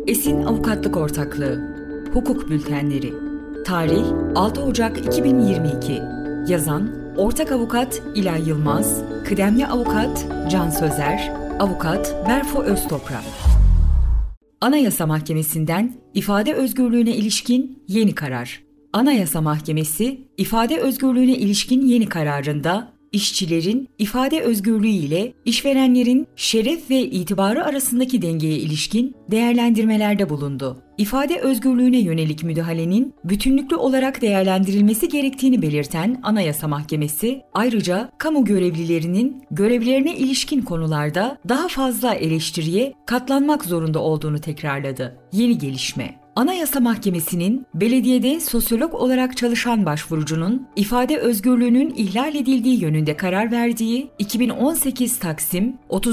Esin Avukatlık Ortaklığı Hukuk Bültenleri Tarih 6 Ocak 2022 Yazan Ortak Avukat İlay Yılmaz, Kıdemli Avukat Can Sözer, Avukat Berfo Öztoprak. Anayasa Mahkemesi'nden ifade özgürlüğüne ilişkin yeni karar. Anayasa Mahkemesi, ifade özgürlüğüne ilişkin yeni kararında, işçilerin ifade özgürlüğü ile işverenlerin şeref ve itibarı arasındaki dengeye ilişkin değerlendirmelerde bulundu. İfade özgürlüğüne yönelik müdahalenin bütünlüklü olarak değerlendirilmesi gerektiğini belirten Anayasa Mahkemesi, ayrıca kamu görevlilerinin görevlerine ilişkin konularda daha fazla eleştiriye katlanmak zorunda olduğunu tekrarladı. Yeni gelişme. Anayasa Mahkemesi'nin belediyede sosyolog olarak çalışan başvurucunun ifade özgürlüğünün ihlal edildiği yönünde karar verdiği 2018 Taksim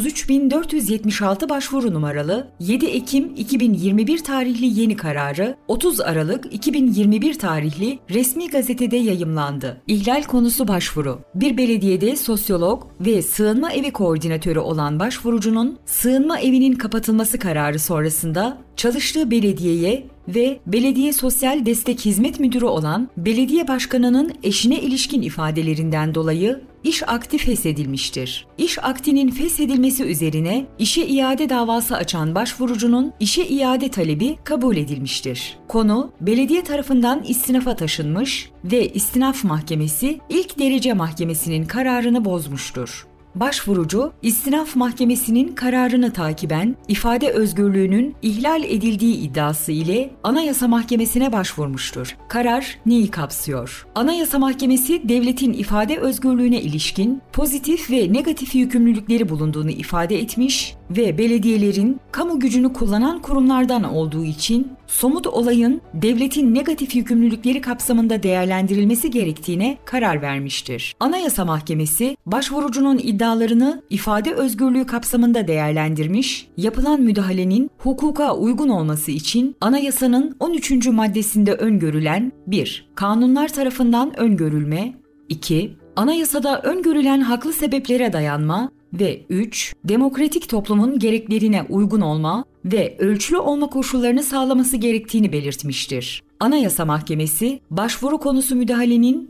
33.476 başvuru numaralı 7 Ekim 2021 tarihli yeni kararı 30 Aralık 2021 tarihli resmi gazetede yayımlandı. İhlal konusu başvuru. Bir belediyede sosyolog ve sığınma evi koordinatörü olan başvurucunun sığınma evinin kapatılması kararı sonrasında çalıştığı belediyeye ve Belediye Sosyal Destek Hizmet Müdürü olan belediye başkanının eşine ilişkin ifadelerinden dolayı iş akdi feshedilmiştir. İş akdinin feshedilmesi üzerine işe iade davası açan başvurucunun işe iade talebi kabul edilmiştir. Konu belediye tarafından istinafa taşınmış ve istinaf mahkemesi ilk derece mahkemesinin kararını bozmuştur. Başvurucu, istinaf mahkemesinin kararını takiben ifade özgürlüğünün ihlal edildiği iddiası ile Anayasa Mahkemesi'ne başvurmuştur. Karar neyi kapsıyor? Anayasa Mahkemesi, devletin ifade özgürlüğüne ilişkin pozitif ve negatif yükümlülükleri bulunduğunu ifade etmiş ve belediyelerin kamu gücünü kullanan kurumlardan olduğu için somut olayın devletin negatif yükümlülükleri kapsamında değerlendirilmesi gerektiğine karar vermiştir. Anayasa Mahkemesi, başvurucunun iddialarını ifade özgürlüğü kapsamında değerlendirmiş, yapılan müdahalenin hukuka uygun olması için anayasanın 13. maddesinde öngörülen 1. Kanunlar tarafından öngörülme, 2. Anayasada öngörülen haklı sebeplere dayanma ve 3. Demokratik toplumun gereklerine uygun olma ve ölçülü olma koşullarını sağlaması gerektiğini belirtmiştir. Anayasa Mahkemesi, başvuru konusu müdahalenin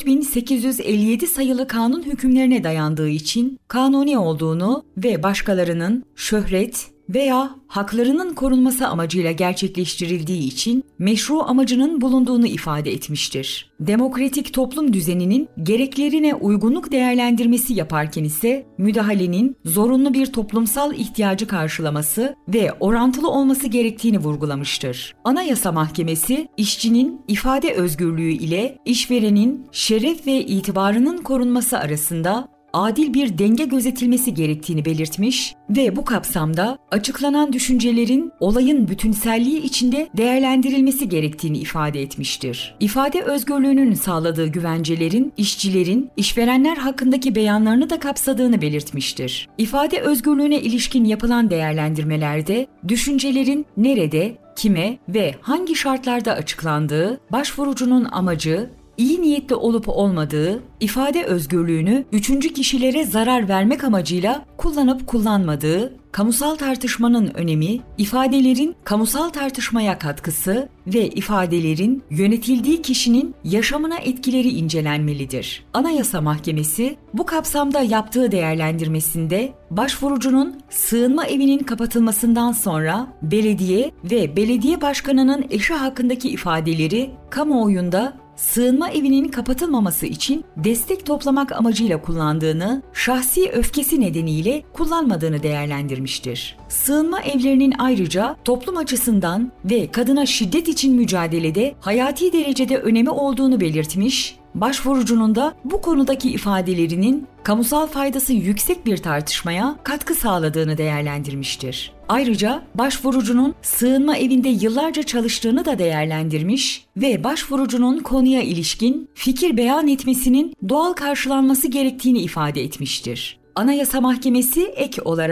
4857 sayılı kanun hükümlerine dayandığı için kanuni olduğunu ve başkalarının şöhret veya haklarının korunması amacıyla gerçekleştirildiği için meşru amacının bulunduğunu ifade etmiştir. Demokratik toplum düzeninin gereklerine uygunluk değerlendirmesi yaparken ise müdahalenin zorunlu bir toplumsal ihtiyacı karşılaması ve orantılı olması gerektiğini vurgulamıştır. Anayasa Mahkemesi, işçinin ifade özgürlüğü ile işverenin şeref ve itibarının korunması arasında adil bir denge gözetilmesi gerektiğini belirtmiş ve bu kapsamda açıklanan düşüncelerin olayın bütünselliği içinde değerlendirilmesi gerektiğini ifade etmiştir. İfade özgürlüğünün sağladığı güvencelerin işçilerin işverenler hakkındaki beyanlarını da kapsadığını belirtmiştir. İfade özgürlüğüne ilişkin yapılan değerlendirmelerde düşüncelerin nerede, kime ve hangi şartlarda açıklandığı, başvurucunun amacı, İyi niyetli olup olmadığı, ifade özgürlüğünü üçüncü kişilere zarar vermek amacıyla kullanıp kullanmadığı, kamusal tartışmanın önemi, ifadelerin kamusal tartışmaya katkısı ve ifadelerin yönetildiği kişinin yaşamına etkileri incelenmelidir. Anayasa Mahkemesi, bu kapsamda yaptığı değerlendirmesinde başvurucunun sığınma evinin kapatılmasından sonra belediye ve belediye başkanının eşi hakkındaki ifadeleri kamuoyunda sığınma evinin kapatılmaması için destek toplamak amacıyla kullandığını, şahsi öfkesi nedeniyle kullanmadığını değerlendirmiştir. Sığınma evlerinin ayrıca toplum açısından ve kadına şiddet için mücadelede hayati derecede önemi olduğunu belirtmiş, başvurucunun da bu konudaki ifadelerinin kamusal faydası yüksek bir tartışmaya katkı sağladığını değerlendirmiştir. Ayrıca başvurucunun sığınma evinde yıllarca çalıştığını da değerlendirmiş ve başvurucunun konuya ilişkin fikir beyan etmesinin doğal karşılanması gerektiğini ifade etmiştir. Anayasa Mahkemesi ek olarak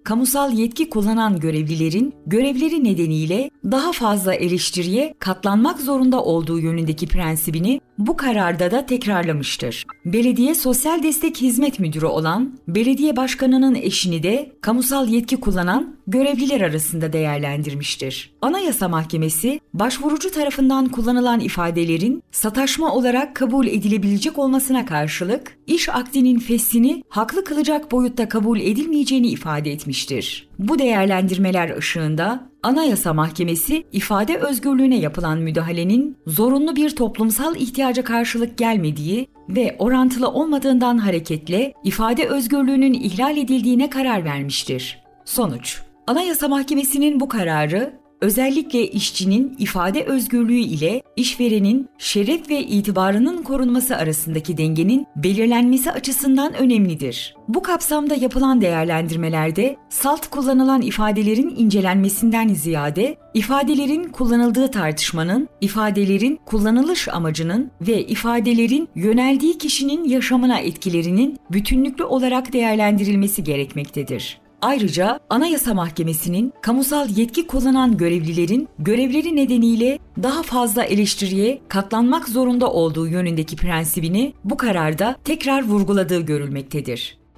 kamusal yetki kullanan görevlilerin görevleri nedeniyle daha fazla eleştiriye katlanmak zorunda olduğu yönündeki prensibini bu kararda da tekrarlamıştır. Belediye Sosyal Destek Hizmet Müdürü olan belediye başkanının eşini de kamusal yetki kullanan görevliler arasında değerlendirmiştir. Anayasa Mahkemesi, başvurucu tarafından kullanılan ifadelerin sataşma olarak kabul edilebilecek olmasına karşılık, iş akdinin feshini haklı kılacak boyutta kabul edilmeyeceğini ifade etmiştir. Bu değerlendirmeler ışığında Anayasa Mahkemesi, ifade özgürlüğüne yapılan müdahalenin zorunlu bir toplumsal ihtiyaca karşılık gelmediği ve orantılı olmadığından hareketle ifade özgürlüğünün ihlal edildiğine karar vermiştir. Sonuç: Anayasa Mahkemesi'nin bu kararı, özellikle işçinin ifade özgürlüğü ile işverenin şeref ve itibarının korunması arasındaki dengenin belirlenmesi açısından önemlidir. Bu kapsamda yapılan değerlendirmelerde salt kullanılan ifadelerin incelenmesinden ziyade, ifadelerin kullanıldığı tartışmanın, ifadelerin kullanılış amacının ve ifadelerin yöneldiği kişinin yaşamına etkilerinin bütünlüklü olarak değerlendirilmesi gerekmektedir. Ayrıca Anayasa Mahkemesi'nin kamusal yetki kullanan görevlilerin görevleri nedeniyle daha fazla eleştiriye katlanmak zorunda olduğu yönündeki prensibini bu kararda tekrar vurguladığı görülmektedir.